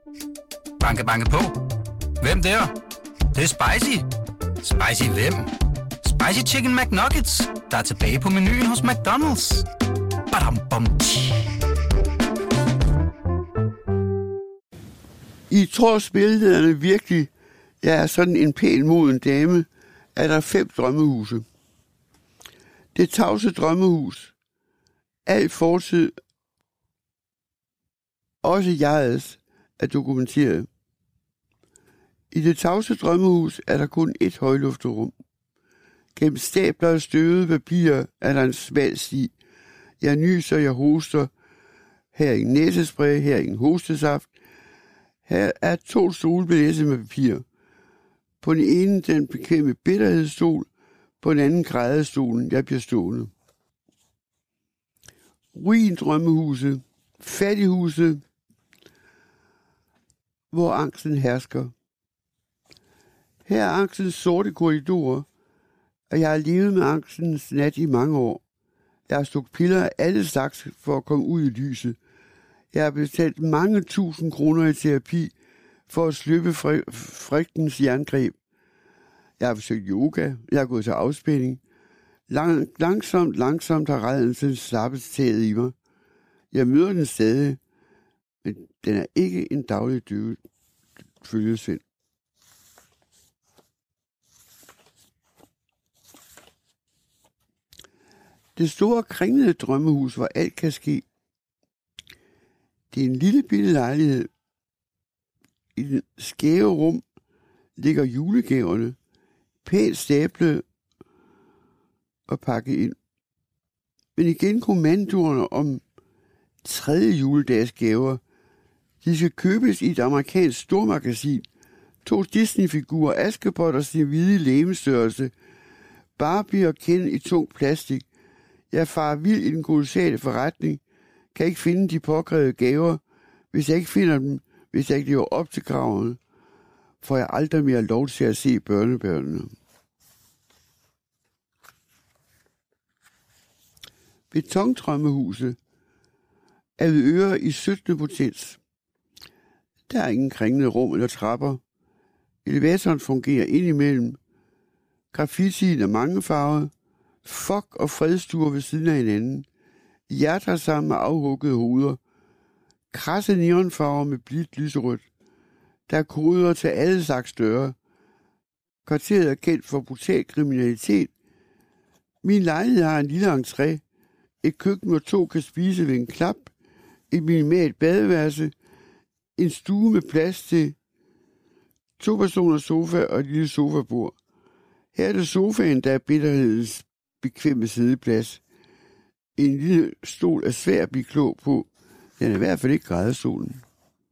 Banke, banke på. Hvem der? Det er spicy. Spicy hvem? Spicy Chicken McNuggets, der er tilbage på menuen hos McDonald's. Badum, bom, I tror spillederne virkelig, jeg er sådan en pæn moden dame, er der 5 drømmehuse. Det tavse drømmehus. Al fortid, også jegets, er dokumenteret. I det tavse drømmehus er der kun et højlufterum. Gennem stabler og støvede papirer er der en smal sti. Jeg nyser, jeg hoster. Her er en næsespray, her er en hostesaft. Her er 2 stole belæsset med papir. På den ene den bekvemme bitterhedsstol, på den anden grædestolen, jeg bliver stående. Ruindrømmehuse, fattighuse, hvor angsten hersker. Her er angstens sorte korridorer, og jeg har levet med angstens nat i mange år. Jeg har slugt piller af alle slags for at komme ud i lyset. Jeg har betalt mange 1000 kroner i terapi for at slippe frygtens jerngreb. Jeg har forsøgt yoga, jeg har gået til afspænding. Langsomt har ræddelsen slappet taget i mig. Jeg møder den stadig, men den er ikke en daglig følgesvend. Det store kringlede drømmehus, hvor alt kan ske. Det er en lille bitte lejlighed. I den skæve rum ligger julegaverne, pænt stablet og pakket ind. Men igen kommandoerne om 3. juledags gaver. De skal købes i et amerikansk stormagasin. 2 Disney-figurer, Askepot og sin hvide legemstørrelse. Barbie og Ken i tung plastik. Jeg farer vild i den kolossale forretning. Kan ikke finde de påkrævede gaver. Hvis jeg ikke finder dem, hvis jeg ikke lever op til kravene, får jeg aldrig mere lov til at se børnebørnene. Betondrømmehuse er ved ører i 17. potens. Der er ingen kringlede rum eller trapper. Elevatoren fungerer indimellem. Graffitien er mangefarvet. Fuck og fredstuer ved siden af hinanden. Hjerter sammen med afhuggede hoveder. Krasse neonfarver med blidt lyserødt. Der er koder til alle slags døre. Kvarteret er kendt for brutal kriminalitet. Min lejlighed har en lille entré. Et køkken, hvor 2 kan spise ved en klap. Et minimalt badeværelse. En stue med plads til 2 personers sofa og et lille sofabord. Her er det sofaen, der er bitterhedens bekvemme sideplads. En lille stol er svær at blive klog på. Den er i hvert fald ikke grædestolen.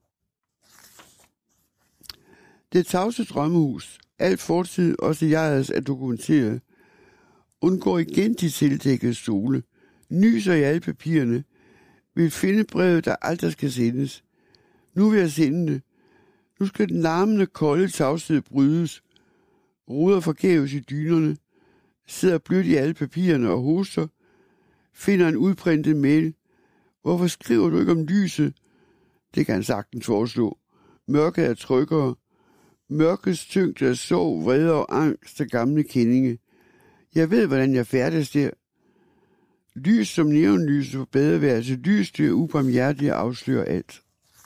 Det tavse drømmehus. Alt fortid, også jegets, er dokumenteret. Undgår igen de tildækkede stole. Nyser i alle papirerne. Vil finde brevet, der aldrig skal sendes. Nu vil jeg sende det. Nu skal den larmende, kolde tavshed brydes. Roder forgæves i dynerne. Sidder blødt i alle papirerne og hoster. Finder en udprintet mail. Hvorfor skriver du ikke om lyset? Det kan han sagtens foreslå. Mørket er tryggere. Mørkets tyngde er sorg, vrede og angst af gamle kendinge. Jeg ved, hvordan jeg færdes der. Lys som neonlyset på badeværelse. Lys, det er ubarmhjertigt og afslører alt.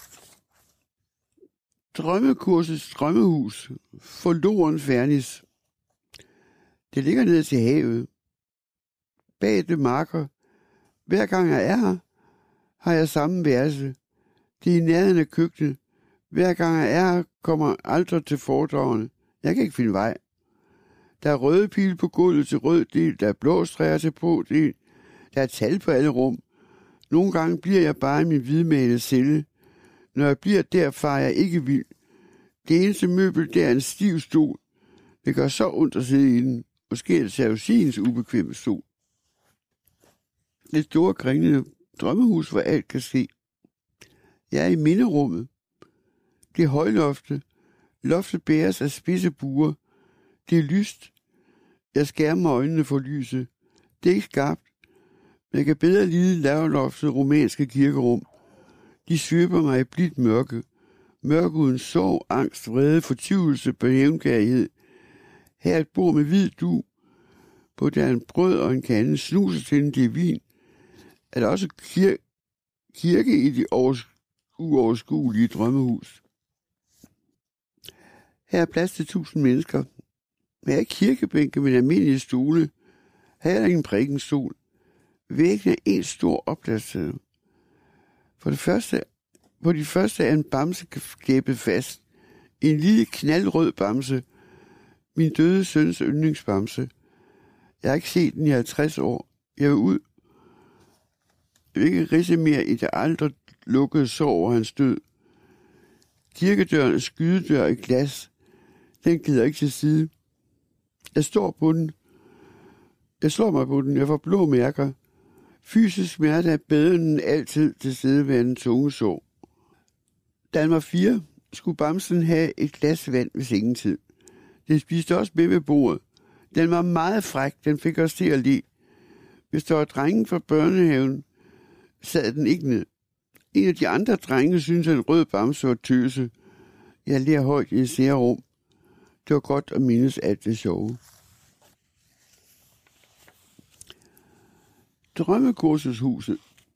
Drømmekursets drømmehus. Forloren fernis. Det ligger ned til havet. Bag det marker. Hver gang jeg er her, har jeg samme værelse. Det er i nærheden af køkkenet. Hver gang jeg er her, kommer jeg aldrig til foredragene. Jeg kan ikke finde vej. Der er røde pile på gulvet til rød del. Der er blå streger til blå del. Der er tal på alle rum. Nogle gange bliver jeg bare i min hvidmalede celle. Når jeg bliver der, farer jeg ikke vild. Det eneste møbel, der er en stiv stol. Det gør så ondt at sidde i den. Måske er det jalousiens ubekvemme stol. Det store kringlede drømmehus, hvor alt kan ske. Jeg er i minderummet. Det er højloftet. Loftet bæres af spidse buer. Det er lyst. Jeg skærmer øjnene for lyset. Det er ikke skarpt. Men jeg kan bedre lide lavloftet romanske kirkerum. De svøber mig i blidt mørke. Mørk uden sorg, angst, vrede, fortvivlelse, hævnkærlighed. Her et bord med hvid dug, på der en brød og en kande, snuser til en del vin. Er der også kirke i det uoverskuelige drømmehus. Her er plads til 1000 mennesker. Her er kirkebænke med almindelige stole. Her er der en prædikenstol. Væggen er en stor opladssæde. På de første er en bamse klæbet fast. En lille knaldrød bamse. Min døde søns yndlingsbamse. Jeg har ikke set den i 50 år. Jeg vil ud. Jeg vil ikke ridse mere i det aldrig lukkede sår over hans død. Kirkedøren er skydedør i glas. Den glider ikke til side. Jeg står på den. Jeg slår mig på den. Jeg får blå mærker. Fysisk smerte er bedre end altid til sideværende tungesår. Da han var 4, skulle bamsen have et glas vand ved sengetid. Den spiste også med ved bordet. Den var meget fræk. Den fik os til at le. Hvis der var drengen fra børnehaven, sad den ikke ned. En af de andre drenge syntes, at en rød bamse var tøse. Jeg ler højt i et særum. Det var godt at mindes alt det sjove. Drømmekursushuset.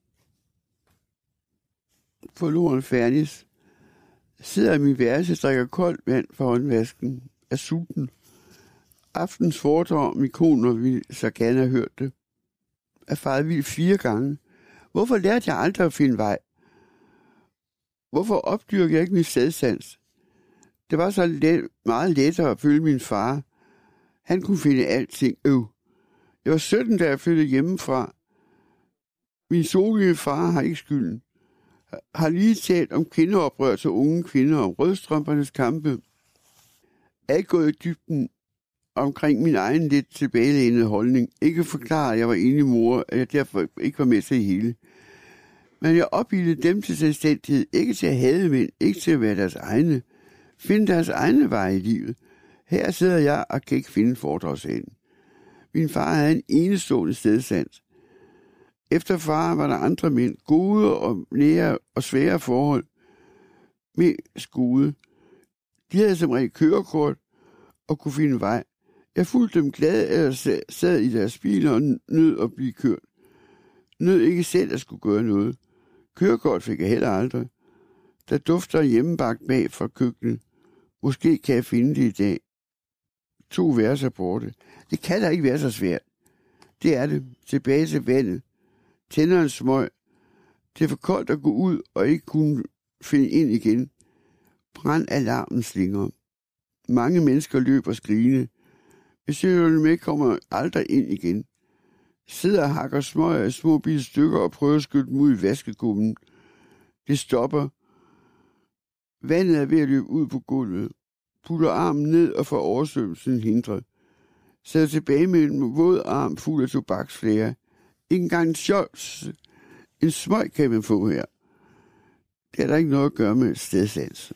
Forloren færdig. Sidder i min værelse, drikker koldt vand fra håndvasken. Er sulten. Aftens foredrag om ikoner ville så gerne have hørt det. Er faret vild 4 gange. Hvorfor lærte jeg aldrig at finde vej? Hvorfor opdyrker jeg ikke min sædsans? Det var så meget lettere at følge min far. Han kunne finde alting. Jeg var 17, da jeg flyttede hjemmefra. Min solige far har ikke skylden. Har lige talt om kvindeoprør til unge kvinder, om rødstrømpernes kampe. Er ikke gået i dybden omkring min egen lidt tilbagelænede holdning. Ikke forklare, at jeg var enig mor, at jeg derfor ikke var med til hele. Men jeg opbildede dem til selvstændighed, ikke til at hade mænd, ikke til at være deres egne. Finde deres egne veje i livet. Her sidder jeg og kan ikke finde foredragsalen. Min far havde en enestående stedsans. Efter far var der andre mænd, gode og nære og svære forhold med skude. De havde som regel kørekort og kunne finde vej. Jeg fulgte dem glad, at jeg sad i deres biler og nød at blive kørt. Nød ikke selv at skulle gøre noget. Kørekort fik jeg heller aldrig. Der dufter hjemmebagt bag fra køkkenet. Måske kan jeg finde det i dag. 2 verser borte. Det kan da ikke være så svært. Det er det. Tilbage til vandet. Tænder en smøg. Det er for koldt at gå ud og ikke kunne finde ind igen. Brandalarmen slinger. Mange mennesker løber skrigende. Hvis jeg hører med, kommer aldrig ind igen. Sidder og hakker smøger af små bitte stykker og prøver at skylle dem ud i vaskekummen. Det stopper. Vandet er ved at løbe ud på gulvet. Putter armen ned og får oversvømmelsen hindret. Sætter tilbage med en våd arm fuld af tobaksflære. Ikke engang en smøg kan man få her. Det er der ikke noget at gøre med stedsans.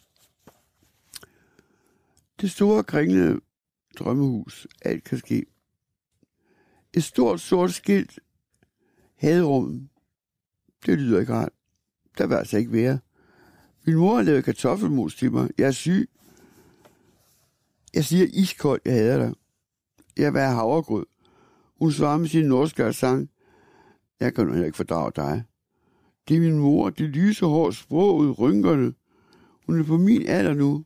Det store kringlede drømmehus. Alt kan ske. Et stort sort skilt. Haderummet. Det lyder ikke rart. Der vil altså ikke være. Min mor har lavet kartoffelmos til mig. Jeg er syg. Jeg siger iskoldt, jeg hader dig. Jeg vil have havregrød. Hun svarer med sin norske accent. Jeg kan jo ikke fordrage dig. Det er min mor, det lyse hår, sproget, rynkerne. Hun er på min alder nu.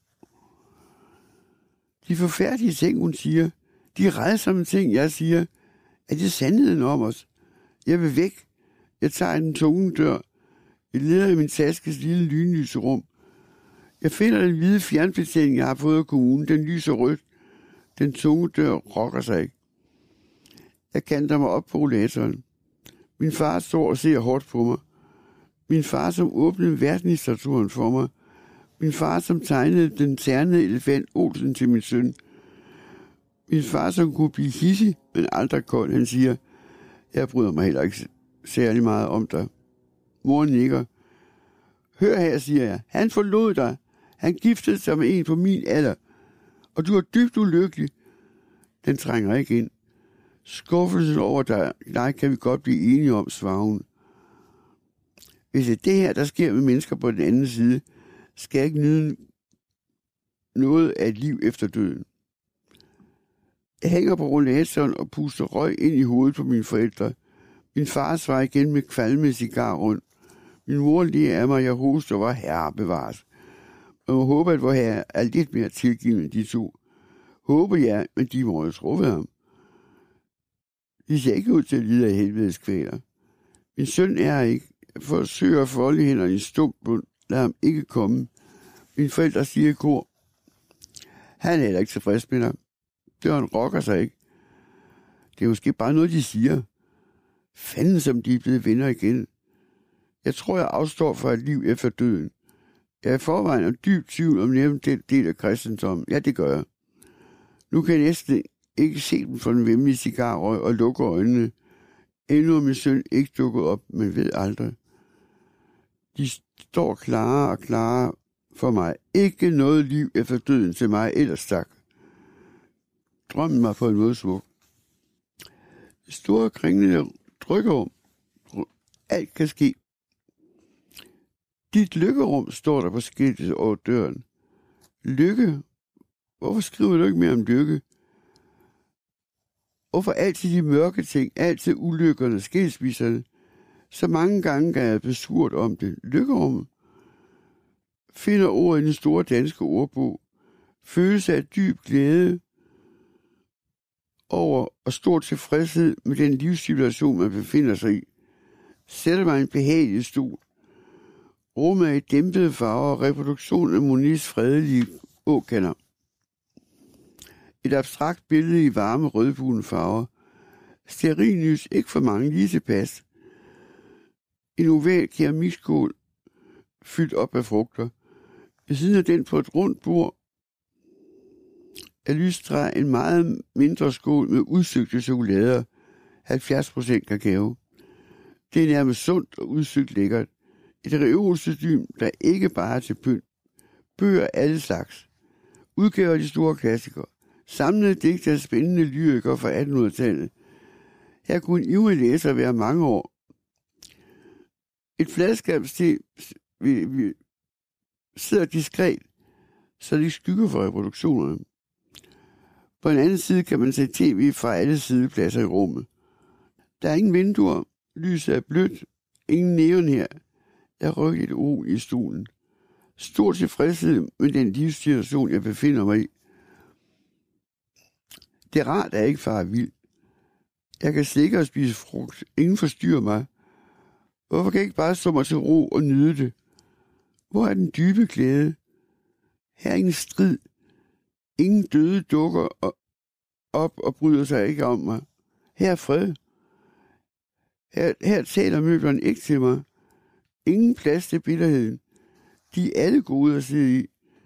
De forfærdelige ting, hun siger. De rædsomme ting, jeg siger. Er det sandheden om os? Jeg vil væk. Jeg tager den tunge dør. Jeg leder i min taskes lille lynlyserum. Jeg finder den hvide fjernbetjening, jeg har fået af kommunen. Den lyser rødt. Den tunge dør rokker sig ikke. Jeg kanter mig op på rollatoren. Min far står og ser hårdt på mig. Min far, som åbnede verdenslitteraturen for mig. Min far, som tegnede den ternede elefant Olsen til min søn. Min far, som kunne blive hissig, men aldrig kold. Han siger, jeg bryder mig heller ikke særlig meget om dig. Mor nikker. Hør her, siger jeg. Han forlod dig. Han giftede sig med en på min alder. Og du er dybt ulykkelig. Den trænger ikke ind. Skuffelsen over dig kan vi godt blive enige om, svarer hun. Hvis det er det her, der sker med mennesker på den anden side, skal jeg ikke nyde noget af et liv efter døden. Jeg hænger på rollatoren og puster røg ind i hovedet på mine forældre. Min far svarer igen med kvalme cigar rundt. Min mor lige af mig, jeg hoster, hvor herre bevares. Og jeg håber, at vor herre er lidt mere tilgivende de to. Håber jeg, men de må jo tro ved ham. De ser ikke ud til at lide af helvedes kvæler. Min søn er ikke. Jeg forsøger at folde hænderne i stump bund. Lad ham ikke komme. Mine forældre siger i kor. Han er heller ikke tilfreds med dig. Døren rokker sig ikke. Det er måske bare noget, de siger. Fanden, som de er blevet venner igen. Jeg tror, jeg afstår for et liv efter døden. Jeg er i forvejen og dyb tvivl om nævnt den del af kristendommen. Ja, det gør jeg. Nu kan jeg næsten ikke se dem for den vemmelige cigarrøg og lukke øjnene. Endnu er min søn ikke dukket op, men ved aldrig. De står klare og klare for mig. Ikke noget liv efter døden til mig ellers tak. Drømmen var på en måde smuk. Det store kringlende drykkerum. Alt kan ske. Dit lykkerum står der på skiltet over døren. Lykke? Hvorfor skriver du ikke mere om lykke? Hvorfor altid de mørke ting, altid ulykkerne, skilsmisserne? Så mange gange kan jeg blive spurgt om det. Lykkerummet? Finder ordet i den store danske ordbog. Følelse af dyb glæde over og stor tilfredshed med den livssituation, man befinder sig i. Sætter mig en behagelig stol. Rummet er i dæmpede farver og reproduktion af Monis fredelige åkander. Et abstrakt billede i varme rødbrune farver. Stearinlys, ikke for mange, lige tilpas. En oval keramikskål fyldt op af frugter. Ved siden af den på et rundt bord er lystræ en meget mindre skål med udsøgte chokolader, 70% kakao. Det er nærmest sundt og udsøgt lækkert. Et reolsystem, der ikke bare er til pynt. Bøger alle slags. Udgaver af de store klassikere. Samlede digte af spændende lyrikere fra 1800-tallet. Her kunne en ivrig læser være mange år. Et fladskabste vi sidder diskret, så de skygger for reproduktionerne. På en anden side kan man se tv fra alle sidepladser i rummet. Der er ingen vinduer, lyset er blødt, ingen neon her. Jeg rykker et ro i stolen. Stor tilfredshed med den livssituation, jeg befinder mig i. Det er rart, at jeg ikke farer vild. Jeg kan slikke og spise frugt. Ingen forstyrrer mig. Hvorfor kan jeg ikke bare stå mig til ro og nyde det? Hvor er den dybe glæde? Her er ingen strid. Ingen døde dukker op og bryder sig ikke om mig. Her er fred. Her taler møblerne ikke til mig. Ingen plads til bitterheden. De er alle gode at sidde i.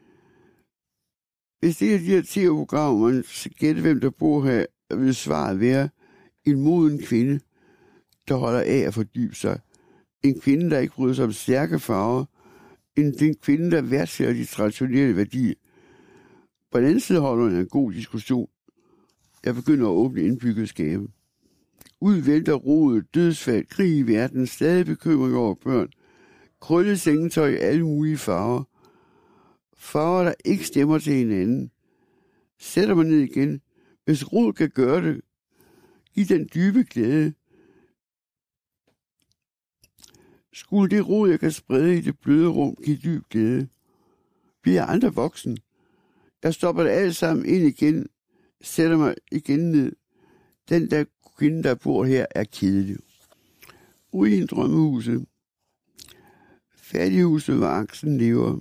Hvis det er de her tv-programmer, man skal gætte, hvem der bor her, vil svaret være en moden kvinde, der holder af at fordybe sig. En kvinde, der ikke bryder sig om stærke farver. En kvinde, der værdsætter de traditionelle værdier. På den anden side holder jeg en god diskussion. Jeg begynder at åbne indbygget skabe. Ud vælter rodet, dødsfald, krig i verden, stadig bekymring over børn, krøllet sengetøj i alle mulige farver. Farver, der ikke stemmer til hinanden. Sætter mig ned igen. Hvis rod kan gøre det, giv den dybe glæde. Skulle det rod, jeg kan sprede i det bløde rum, give dyb glæde? Bliver jeg andre voksen? Jeg stopper det alt sammen ind igen, sætter mig igen ned. Den der kvinde, der bor her, er kedelig. Ruin drømmehuset. Fattighuset, hvor angsten lever.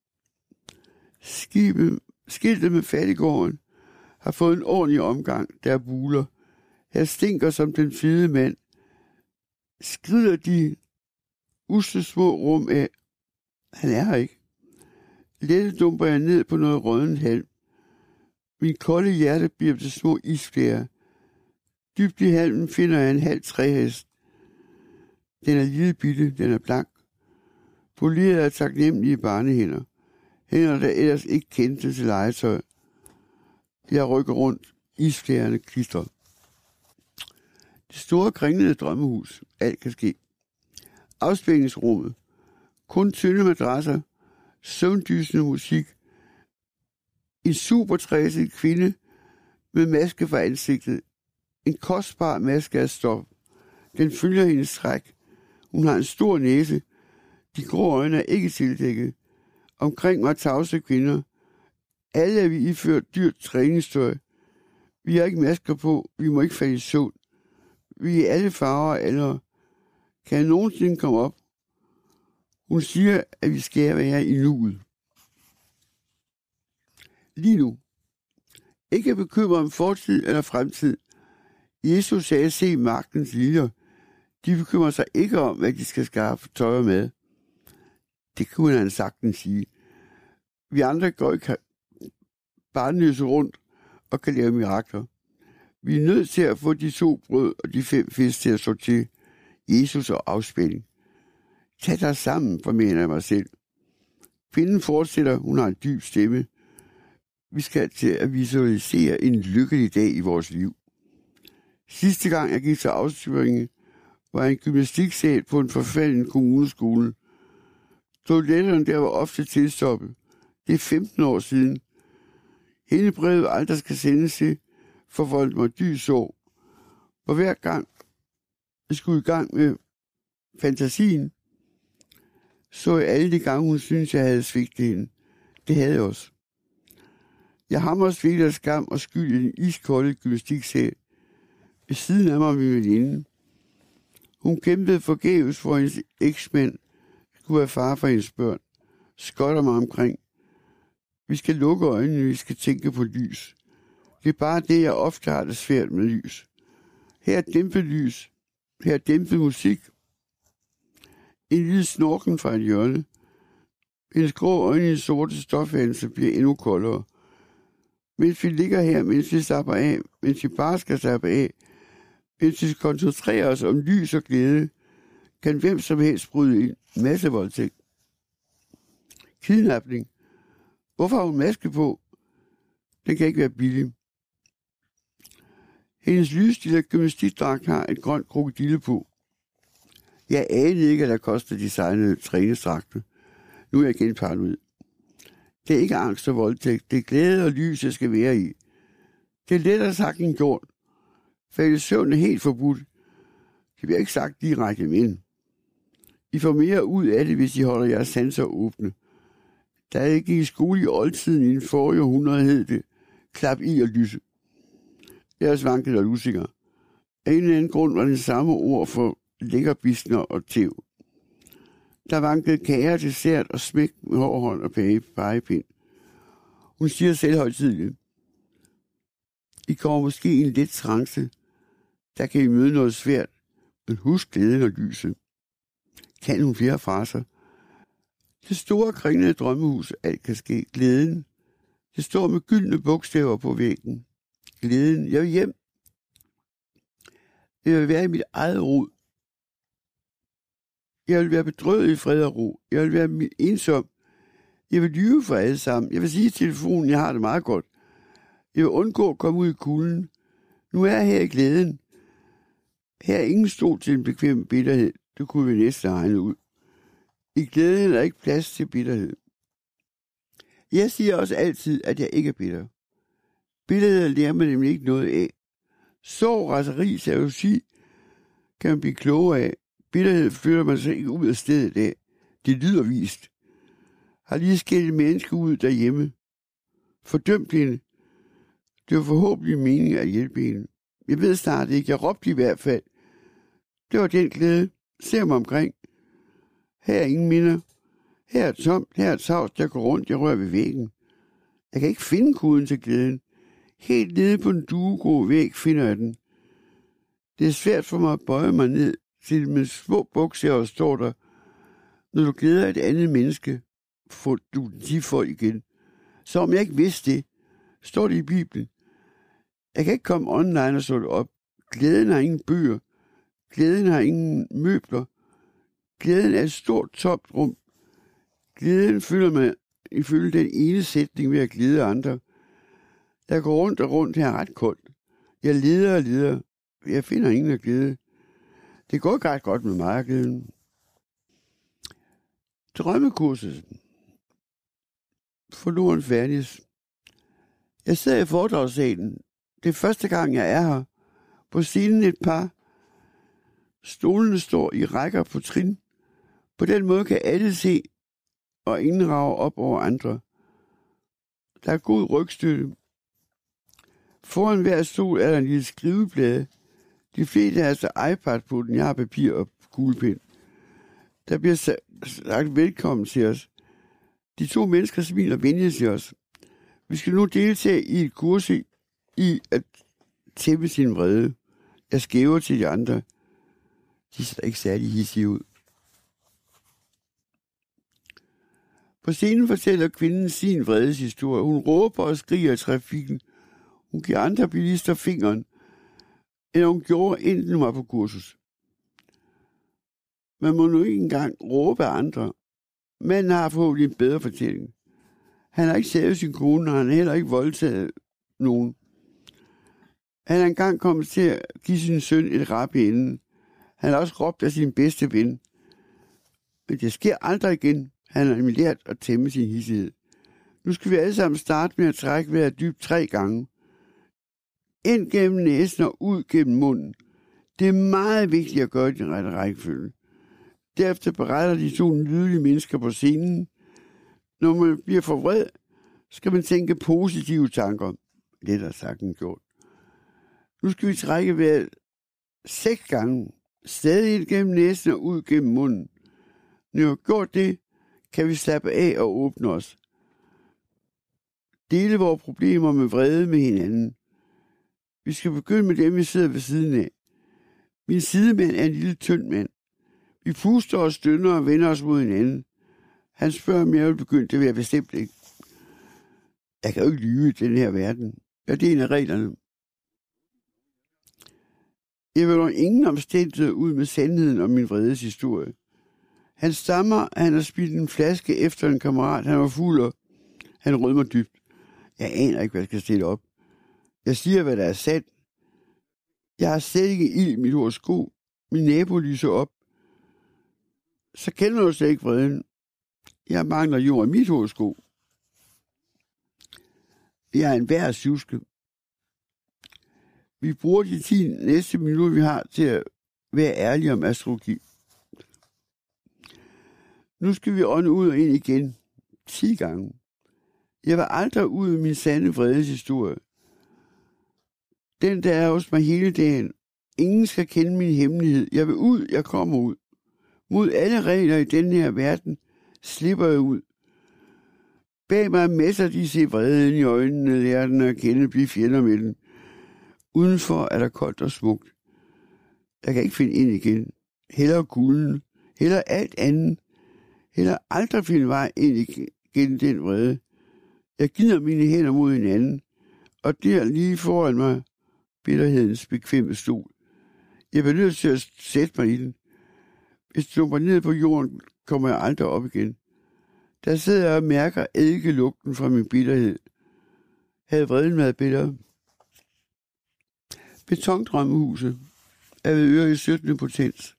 Skiltet med fattiggården har fået en ordentlig omgang, der buler. Her stinker som den fede mand. Skrider de usle små rum af. Han er her ikke. Lette dumper jeg ned på noget rådden halm. Min kolde hjerte bliver til små isflærer. Dybt i halmen finder jeg en halv træhest. Den er lille bitte, den er blank. Poleret af taknemmelige barnehænder. Hænder, der ellers ikke kendte til legetøj. Jeg rykker rundt. Isflærerne klistrer. Det store kringlede drømmehus. Alt kan ske. Afspændingsrummet. Kun tynde madrasser. søvndysende musik. En supertræset kvinde med maske for ansigtet. En kostbar maske af stof. Den følger hendes træk. Hun har en stor næse. De grå øjne er ikke tildækket. Omkring mig tavse kvinder. Alle er vi iført dyrt træningstøj. Vi har ikke masker på. Vi må ikke falde i søvn. Vi er alle farver og aldre. Kan jeg nogensinde komme op? Hun siger, at vi skal være i nuet. Lige nu. Ikke bekymre om fortid eller fremtid. Jesus sagde, se magtens liljer. De bekymrer sig ikke om, hvad de skal skaffe tøj med. Det kunne han sagtens sige. Vi andre går ikke barnløse rundt og kan lave mirakler. Vi er nødt til at få de 2 brød og de 5 fisk til at stå til Jesus og afspænding. Tag dig sammen, formener jeg mig selv. Kvinden fortsætter, hun har en dyb stemme. Vi skal til at visualisere en lykkelig dag i vores liv. Sidste gang jeg gik til afstyringen, var en gymnastiksal på en forfalden kommuneskole. Toiletterne der var ofte tilstoppet. Det er 15 år siden. Hele brevet aldrig skal sendes til, forvoldt mig dyb sorg. Og hver gang jeg skulle i gang med fantasien, så jeg alle de gange, hun syntes, jeg havde svigtet hende. Det havde jeg også. Jeg hammer svigt af skam og skyld i den iskolde gymnastiksal. Ved siden af mig min veninde. Hun kæmpede forgæves for hendes eksmand skulle være far for hendes børn. Skotter mig omkring. Vi skal lukke øjnene, vi skal tænke på lys. Det er bare det, jeg ofte har det svært med lys. Her er dæmpet lys. Her er dæmpet musik. En lille snorken fra et hjørne. Hendes grå øjne i sorte stofhændelser bliver endnu koldere. Mens vi ligger her, mens vi slapper af, mens vi bare skal slappe af, mens vi koncentrerer os om lys og glæde, kan hvem som helst bryde ind. Massevoldtægt. Kidnapning. Hvorfor har hun maske på? Den kan ikke være billig. Hendes lysstille gymnastikdragt har et grønt krokodille på. Jeg anede ikke, at der koster designede træningsdragter. Nu er jeg igen paranoid. Det er ikke angst og voldtægt. Det er glæde og lys, jeg skal være i. Det er lettere sagt end gjort. Falde søvn er helt forbudt. Det bliver ikke sagt direkte, men I får mere ud af det, hvis I holder jeres sanser åbne. Da jeg gik i skole i oldtiden i den forrige århundrede, hed det klap i og lyse. Jeg er svanket og lusinger. Af en eller anden grund var det samme ord for lækkerbisner og tæv. Der vankede kager, dessert og smæk med hård hånd og pegepind. Hun siger selv højtidligt. I kommer måske i en let trance. Der kan I møde noget svært, men husk glæden og lyset. Kan hun flere fraser? Det store kringlede drømmehus, alt kan ske. Glæden. Det står med gyldne bogstaver på væggen. Glæden. Jeg vil hjem. Jeg vil være i mit eget rod. Jeg vil være bedrøvet i fred og ro. Jeg vil være ensom. Jeg vil lyve for alle sammen. Jeg vil sige i telefonen, jeg har det meget godt. Jeg vil undgå at komme ud i kulden. Nu er jeg her i glæden. Her er ingen stol til en bekvem bitterhed. Det kunne vi næsten regne ud. I glæden er der ikke plads til bitterhed. Jeg siger også altid, at jeg ikke er bitter. Bitterhed lærer man nemlig ikke noget af. Sorg, raseri, jalousi kan man blive klogere af. Bitterhed flytter man sig ikke ud af stedet af. Det lyder vist. Har lige skældt mennesker ud derhjemme. Fordømt hende. Det var forhåbentlig meningen at hjælpe hende. Jeg ved snart ikke. Jeg råbte i hvert fald. Det var den glæde. Ser mig omkring. Her er ingen minder. Her er tomt. Her er tavst. Jeg går rundt. Jeg rører ved væggen. Jeg kan ikke finde koden til glæden. Helt nede på den duegrå væg finder jeg den. Det er svært for mig at bøje mig ned til med små bogstaver står der. Når du glæder et andet menneske, får du de folk igen. Så om jeg ikke vidste det, står det i Bibelen. Jeg kan ikke komme online og slå det op. Glæden har ingen bøger. Glæden har ingen møbler. Glæden er et stort tomt rum. Glæden føler mig ifølge den ene sætning ved at glæde andre. Jeg går rundt og rundt her ret koldt. Jeg leder og leder. Jeg finder ingen at glæde. Det går ret godt med mig, glæden. Drømmekurset. Forloren Fernis. Jeg sidder i foredragssalen. Det er første gang, jeg er her. På scenen et par. Stolene står i rækker på trin. På den måde kan alle se, og ingen rager op over andre. Der er god rygstøtte. Foran hver stol er der en lille skriveplade. De fleste har altså iPad på den. Jeg har papir og kuglepen. Der bliver sagt velkommen til os. De to mennesker smiler venligt til os. Vi skal nu deltage i et kurs i at tæppe sin vrede. Jeg skæver til de andre. De ser ikke særlig hissige ud. På scenen fortæller kvinden sin vredeshistorie. Hun råber og skriger i trafikken. Hun giver andre bilister fingeren, end hun gjorde, inden hun var på kursus. Man må nu ikke engang råbe af andre. Manden har forhåbentlig en bedre fortælling. Han har ikke sævet sin kone, og han har heller ikke voldtaget nogen. Han er engang kommet til at give sin søn et rap i enden. Han har også råbt af sin bedste ven. Men det sker aldrig igen. Han har nemlig lært at tæmme sin hissighed. Nu skal vi alle sammen starte med at trække vejret dybt 3 gange. Ind gennem næsen og ud gennem munden. Det er meget vigtigt at gøre den rette rækkefølge. Derefter beretter de to nydelige mennesker på scenen. Når man bliver for vred, skal man tænke positive tanker. Lettere sagt end gjort. Nu skal vi trække vejret 6 gange. Stadig ind gennem næsen og ud gennem munden. Når vi har gjort det, kan vi slappe af og åbne os. Dele vores problemer med vrede med hinanden. Vi skal begynde med dem, vi sidder ved siden af. Min sidemand er en lille tynd mand. Vi puster og stønner og vender os mod hinanden. Han spørger, om jeg vil begynde. Det vil jeg bestemt ikke. Jeg kan jo ikke lyve i den her verden. Ja, det er en af reglerne. Jeg vil dog ingen omstændighed ud med sandheden om min vredes historie. Han stammer, han har spildt en flaske efter en kammerat. Han var fuld, og han rødmer dybt. Jeg aner ikke, hvad jeg skal stille op. Jeg siger, hvad der er sandt. Jeg har slet ikke ild i mit horoskop. Min nabo lyser op. Så kender du slet ikke vreden. Jeg mangler jord i mit horoskop. Jeg er en værd sjuske. Vi bruger de 10 næste minutter, vi har, til at være ærlige om astrologi. Nu skal vi ånde ud og ind igen. 10 gange. Jeg var aldrig ud af min sande vredeshistorie. Den, der er hos mig hele dagen. Ingen skal kende min hemmelighed. Jeg vil ud, jeg kommer ud. Mod alle regler i denne her verden slipper jeg ud. Bag mig messer de se vreden i øjnene, lærer den at kende, blive fjender med den. Udenfor er der koldt og smukt. Jeg kan ikke finde ind igen. Hellere kulden. Hellere alt andet. Hellere aldrig finde vej ind igen den vrede. Jeg giver mine hænder mod hinanden, og der lige foran mig bitterhedens bekvemme stol. Jeg bliver nødt til at sætte mig i den. Hvis du dumper ned på jorden, kommer jeg aldrig op igen. Der sidder jeg og mærker eddike-lugten fra min bitterhed. Havde vreden været bedre? Betondrømmehuset er ved øre i 17. potens.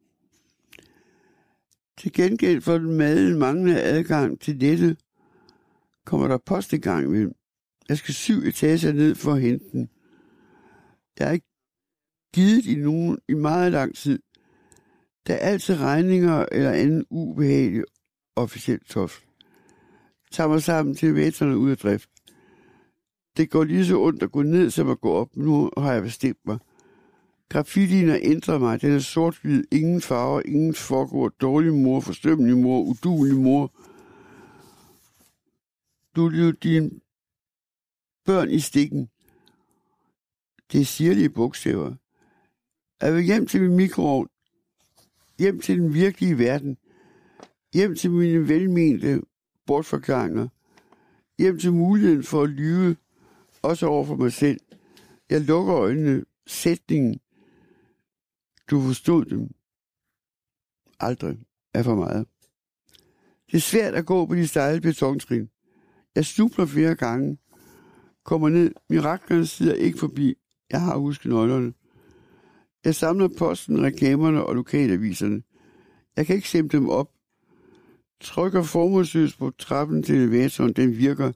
Til gengæld for den maden manglende adgang til nettet, kommer der post i gang med. Jeg skal 7 etager ned for at hente den. Jeg har ikke givet i meget lang tid. Der er altid regninger eller anden ubehagelig officielt stof. Tager mig sammen til vætterne ud af drift. Det går lige så ondt at gå ned, som at gå op. Nu har jeg bestemt mig. Graffitien har ændret mig. Den er sort-hvid. Ingen farver, ingen forgård. Dårlig mor, forstømmelig mor, uduelig mor. Du lever dine børn i stikken. Det er sirlige bogstaver. Jeg vil hjem til min mikroovn. Hjem til den virkelige verden. Hjem til mine velmente bortforklaringer. Hjem til muligheden for at lyve, også over for mig selv. Jeg lukker øjnene. Sætningen. Du forstod dem. Aldrig er for meget. Det er svært at gå på de stejle betontrin. Jeg snubler flere gange. Kommer ned. Miraklerne sidder ikke forbi. Jeg har husket nøglerne. Jeg samler posten, reklamerne og lokalaviserne. Jeg kan ikke semme dem op. Trykker formålsløst på trappen til elevatoren. Den virker.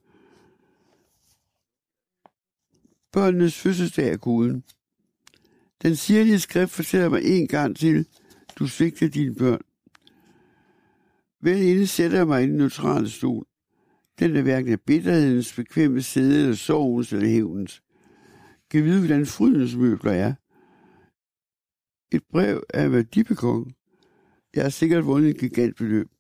Børnenes fødselsdag er koden. Den sirlige skrift fortæller mig en gang til, du svigter dine børn. Vel inde sætter jeg mig i den neutrale stol. Den er hverken af bitterhedens, bekvemme sæde, eller sorgens, eller hævnens. Kan vide, hvordan frydens møbler er. Et brev af værdibekong. Jeg har sikkert vundet et gigantbeløb.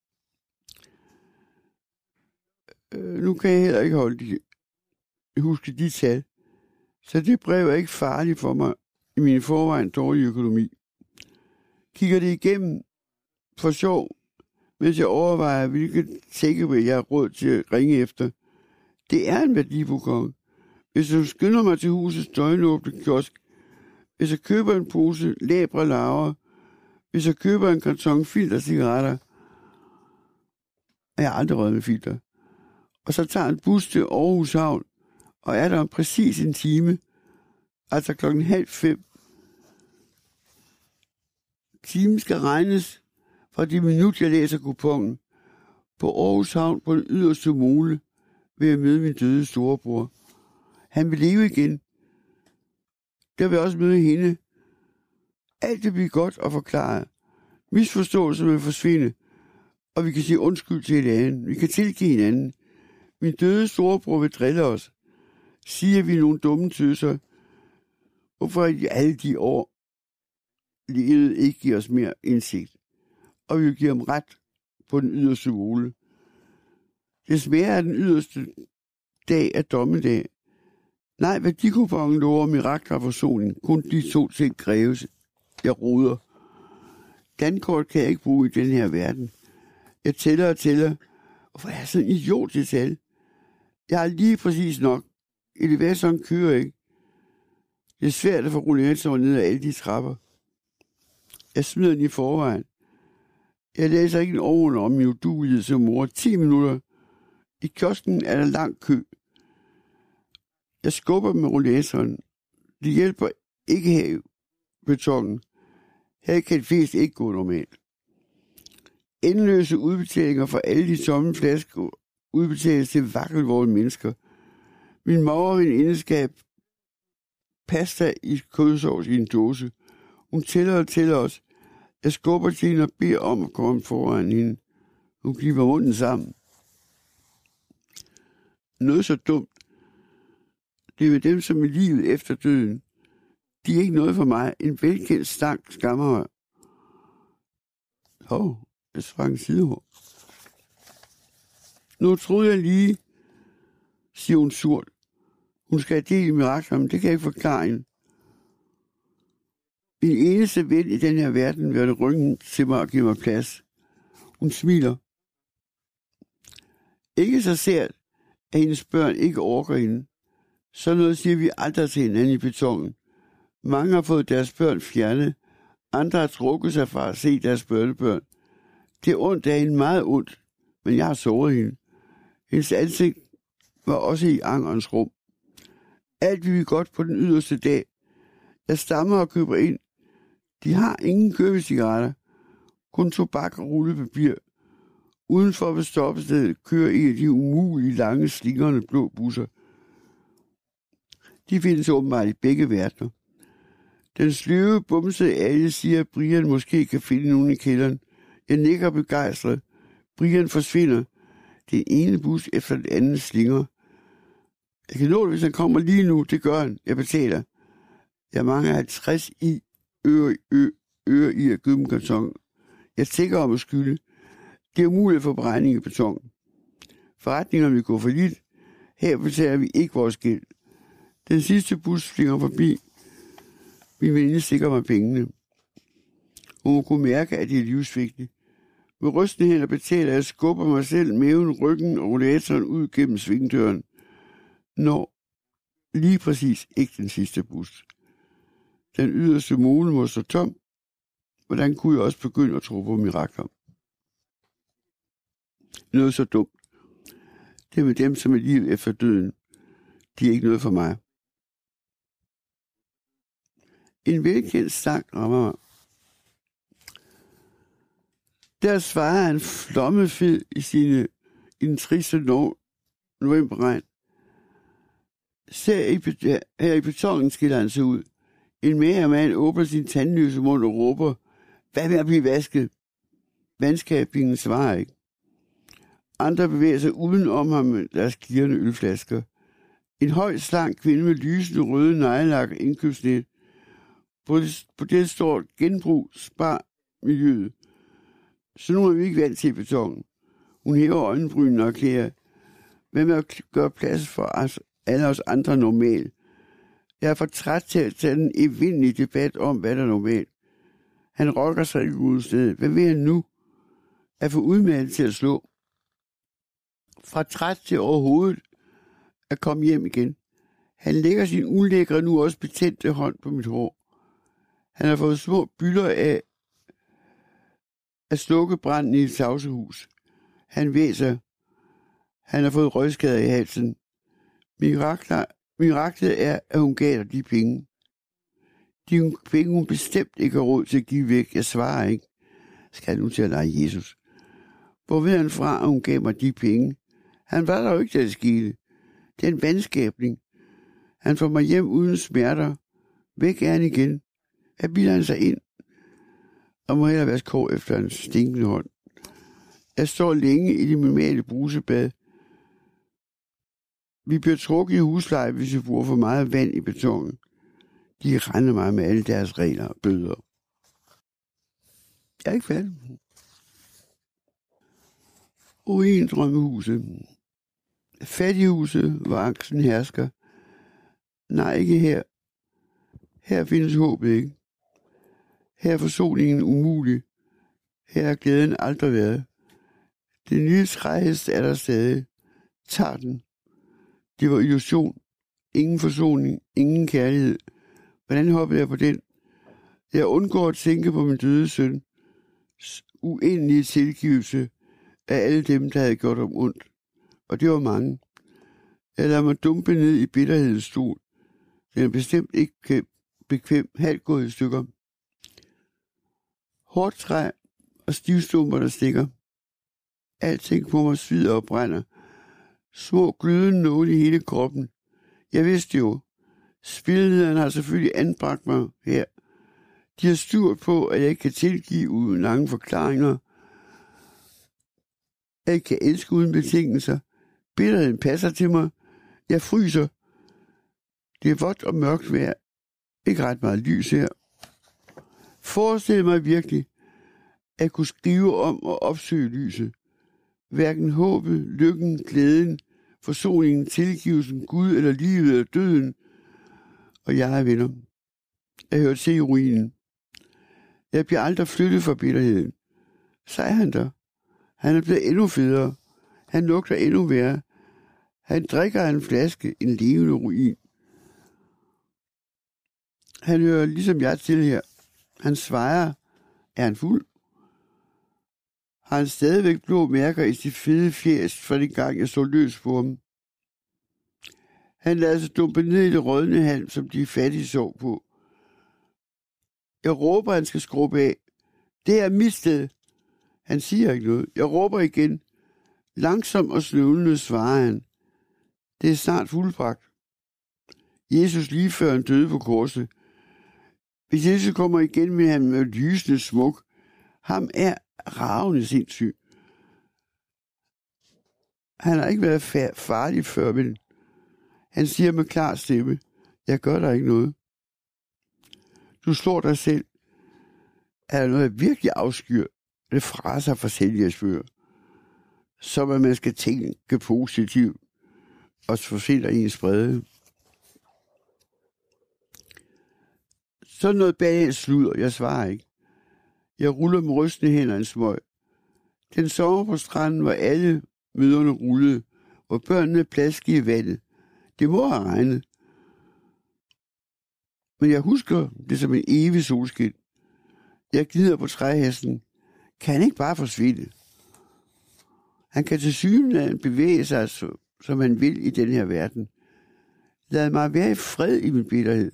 Nu kan jeg heller ikke huske de tal. Så det brev er ikke farligt for mig i min forvejen dårlige økonomi. Kigger det igennem for sjov, mens jeg overvejer, hvilket takeaway jeg har råd til at ringe efter. Det er en værdibekong. Hvis jeg skynder mig til husets døgnåbne kiosk, hvis jeg køber en pose labre laver, hvis jeg køber en karton filtercigaretter, og jeg har aldrig røget med filter, og så tager en bus til Aarhus Havn, og er der om præcis en time, altså 4:30. Timen skal regnes fra det minut, jeg læser kupongen. På Aarhus Havn på den yderste mole vil jeg møde min døde storebror. Han vil leve igen. Der vil jeg også møde hende. Alt vil blive godt og forklaret. Misforståelser vil forsvinde, og vi kan sige undskyld til hinanden. Vi kan tilgive hinanden. Min døde storebror vil drille os. Siger vi nogle dumme tøser. Hvorfor i alle de år livet ikke giver os mere indsigt, og vi vil give ham ret på den yderste mole. Det smager af den yderste dag af dommedag. Nej, værdikupongen lover mirakler og forsoning. Kun de to ting kræves. Jeg roder. Dankort kan jeg ikke bruge i den her verden. Jeg tæller og tæller. Hvorfor er jeg sådan en idiot til tal? Jeg har lige præcis nok. Elevatoren kører ikke. Det er svært at få rollatoren ned ad alle de trapper. Jeg smider den i forvejen. Jeg læser ikke en oven om min uduelighed som mor. 10 minutter. I kiosken er der lang kø. Jeg skubber med rollatoren. Det hjælper ikke her i betongen. Her kan de fleste ikke gå normalt. Endeløse udbetalinger for alle de tomme flasker udbetales til vakkelvorne mennesker. Min mor vil indeskab pasta i kødsovs i en dåse. Hun tæller og tæller os. Jeg skubber til hende og beder om at komme foran hende. Hun kniber munden sammen. Noget så dumt. Det er med dem, som er livet efter døden. De er ikke noget for mig. En velkendt stank skammer mig. Jeg sprang en sidehår. Nu troede jeg lige, siger hun surt. Hun skal have del i mirakler, men det kan jeg ikke forklare hende. Min eneste ven i den her verden vil ryggen til mig og give mig plads. Hun smiler. Ikke så sært, at hendes børn ikke orker hende. Så noget siger vi aldrig til hinanden i betongen. Mange har fået deres børn fjernet. Andre har trukket sig fra at se deres børnebørn. Det er ondt af hende, meget ondt, men jeg har såret hende. Hendes ansigt var også i angerens rum. Alt vil vi godt på den yderste dag. Jeg stammer og køber ind. De har ingen købecigaretter. Kun tobak og rullepapir. Udenfor ved stoppestedet kører en af de umulige lange slingrende blå busser. De findes åbenbart i begge verdener. Den sløve bumsede alle siger, at Brian måske kan finde nogen i kælderen. Jeg nikker begejstret. Brian forsvinder. Det ene bus efter den anden slinger. Jeg kan nå det, hvis han kommer lige nu. Det gør han. Jeg betaler. Jeg mangler 50 øre i at købe en karton. Jeg tænker om at skylde. Det er umuligt for beregning i beton. Forretningerne vil gå for lidt. Her betaler vi ikke vores gæld. Den sidste bus flinger forbi. Min veninde stikker mig pengene. Hun må kunne mærke, at det er livsvigtigt. Med rystende hænder betaler jeg, skubber mig selv, maven, ryggen og rollatoren ud gennem svingdøren. Når lige præcis ikke den sidste bus. Den yderste mole må stå tom. Hvordan kunne jeg også begynde at tro på mirakler? Noget så dumt. Det er med dem, som er livet efter døden. De er ikke noget for mig. En velkendt sang rammer mig. Der svarer han flommefed i den triste novemberregn. Her i betongen skiller han sig ud. En mager mand åbner sin tandløse mund og råber, hvad med at blive vasket? Vandskabningen svarer ikke. Andre bevæger sig udenom ham med deres klirrende ølflasker. En høj, slank kvinde med lysende røde neglelak og indkøbsnet. På det står genbrug, spar miljøet. Så nu er vi ikke vant til betongen. Hun hæver øjenbrynene og klæder. Hvad med at gøre plads for alle os andre normalt? Jeg er for træt til at tage den evindelige debat om, hvad der er normalt. Han rokker sig ikke ud stedet. Hvad vil han nu? At få udmattet til at slå. Fra træt til overhovedet at komme hjem igen. Han lægger sin ulækre, nu også betændte hånd på mit hår. Han har fået små bylder af at slukke branden i et tavsehus. Han væser. Han har fået røgskader i halsen. Miraklet er, at hun gav dig de penge. De penge, hun bestemt ikke har råd til at give væk. Jeg svarer ikke. Skal jeg nu til at lege Jesus? Hvor ved han fra, at hun gav mig de penge? Han var der jo ikke, da det skete. Det er en vandskabning. Han får mig hjem uden smerter. Væk er han igen. Her bilder han sig ind. Og må hellere være skår efter en stinkende hånd. Jeg står længe i det normale brusebad. Vi bliver trukket i husleje, hvis vi bruger for meget vand i betongen. De render mig med alle deres regler og bøder. Jeg er ikke færdig. Ruindrømmehuset. Fattighuset, hvor angsten hersker. Nej, ikke her. Her findes håbet ikke. Her er forsoningen umulig. Her har glæden aldrig været. Den nye træhest er der stadig. Tag den. Det var illusion. Ingen forsoning. Ingen kærlighed. Hvordan hoppede jeg på den? Jeg undgår at tænke på min døde søn. Uendelige tilgivelse af alle dem, der havde gjort om ondt. Og det var mange. Jeg lader mig dumpe ned i bitterhedens stol. Den er bestemt ikke bekvem, halvt gået i stykker. Hårdt træ og stivstumper, der stikker. Alting på mig svider og brænder. Små glødende nåle i hele kroppen. Jeg vidste jo. Spildlederen har selvfølgelig anbragt mig her. De har styrt på, at jeg ikke kan tilgive uden lange forklaringer. Jeg ikke kan elske uden betingelser. Bitterheden passer til mig. Jeg fryser. Det er vådt og mørkt vejr. Ikke ret meget lys her. Forestil mig virkelig, at jeg kunne skrive om og opsøge lyset. Hverken håbet, lykken, glæden, forsoningen, tilgivelsen, Gud eller livet eller døden. Og jeg er venner. Jeg hører til i ruinen. Jeg bliver aldrig flyttet fra bitterheden. Så er han der. Han er blevet endnu federe. Han lugter endnu værre. Han drikker en flaske, en levende ruin. Han hører ligesom jeg til her. Han svejer. Er han fuld? Har han stadigvæk blå mærker i sit fede fjæs fra den gang, jeg så løs på ham? Han lader sig dumpe ned i det rådne halm, som de fattige sov på. Jeg råber, han skal skrubbe af. Det er mit sted. Han siger ikke noget. Jeg råber igen. Langsomt og snøvlende svarer han. Det er snart fuldbragt. Jesus lige før han døde på korset. Hvis Jesus kommer igen med ham med lysende smuk, ham er ravende sindssyg. Han har ikke været farlig før, men han siger med klar stemme, jeg gør der ikke noget. Du slår dig selv. Er der noget, jeg virkelig afskyr? Det fraser for selvhjælpsbøger. Som at man skal tænke positivt og forfinder i en sprede. Så noget bag en sludder, jeg svarer ikke. Jeg ruller med rystende hænder en smøg. Den sommer på stranden, hvor alle møderne rullede, hvor børnene plaskede i vandet. Det må have regnet. Men jeg husker det som en evig solskin. Jeg glider på træhesten. Kan han ikke bare forsvinde? Han kan til synligheden bevæge sig, som han vil i den her verden. Lad mig være i fred i min bitterhed.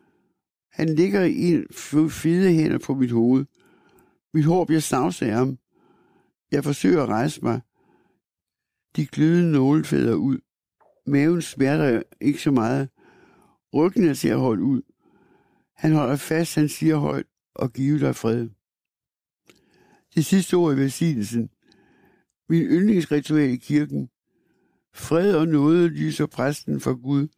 Han ligger i en fede hænder på mit hoved. Mit hår bliver snavset af ham. Jeg forsøger at rejse mig. De glødende nålefædder ud. Maven smerter ikke så meget. Ryggen er til at holde ud. Han holder fast, han siger højt, og giver dig fred. Det sidste ord i velsignelsen. Min yndlingsritual i kirken. Fred og nåde lyser præsten for Gud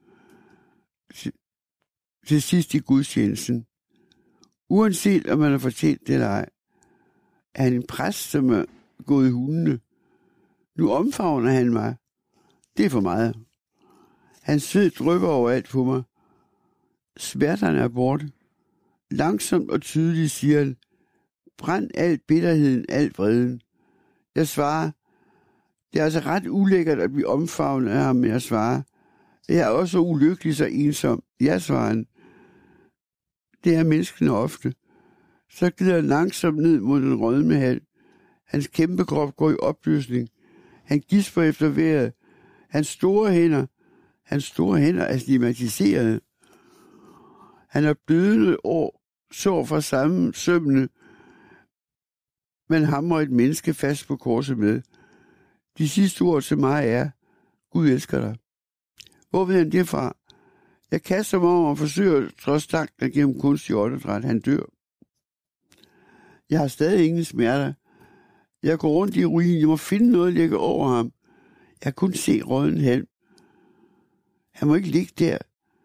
til sidst i gudstjenesten. Uanset om man har fortjent det eller ej, er han en præst, som er gået i hundene. Nu omfavner han mig. Det er for meget. Hans sved drypper overalt på mig. Smerterne er borte. Langsomt og tydeligt siger han, brænd al bitterheden, al vreden. Jeg svarer, det er altså ret ulækkert at blive omfavnet af ham, men jeg svarer, jeg er også så ulykkelig, så ensom. Jeg svarer han, det er menneskene ofte. Så glider han langsomt ned mod den rødme hal. Hans kæmpe krop går i opløsning. Han gisper efter vejret. Hans store hænder er stigmatiserede. Han er blødende år, sår fra samme sømmene, man hamrer et menneske fast på korset med. De sidste ord til mig er, Gud elsker dig. Hvor ved han det fra? Jeg kaster mig om og forsøger trods takten gennem kunstig åndedræt. Han dør. Jeg har stadig ingen smerter. Jeg går rundt i ruinen. Jeg må finde noget at lægge over ham. Jeg kan kun se rådden halm. Han må ikke ligge der.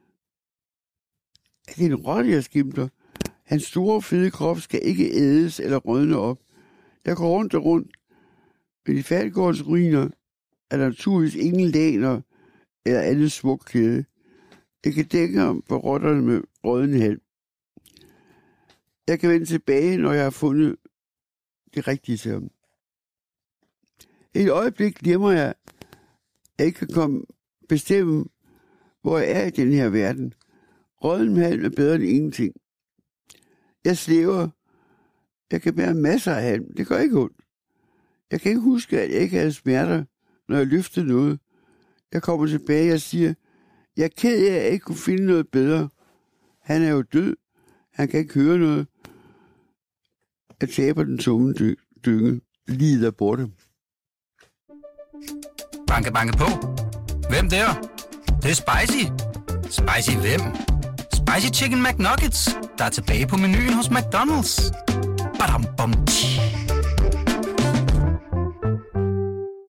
Er det en rotte, jeg skimter? Hans store, fede krop skal ikke ædes eller rådne op. Jeg går rundt og rundt. Men i fattigårdens ruiner er der naturligvis ingen laner eller andet smukt klæde. Jeg kan dække ham på rotterne med rådden halm. Jeg kan vende tilbage, når jeg har fundet det rigtige til ham. Et øjeblik glemmer jeg, at jeg ikke kan bestemme, hvor jeg er i den her verden. Rådden halm er bedre end ingenting. Jeg slæver. Jeg kan bære masser af halm. Det gør ikke ondt. Jeg kan ikke huske, at jeg ikke havde smerter, når jeg løftede noget. Jeg kommer tilbage og siger, jeg er ked af, at jeg ikke kunne finde noget bedre. Han er jo død. Han kan ikke høre noget. Jeg taber den tomme dynge. Livet er borte. Banke, banke på. Hvem der? Det er spicy. Spicy hvem? Spicy Chicken McNuggets, der er tilbage på menuen hos McDonald's. Badum, bom, tji.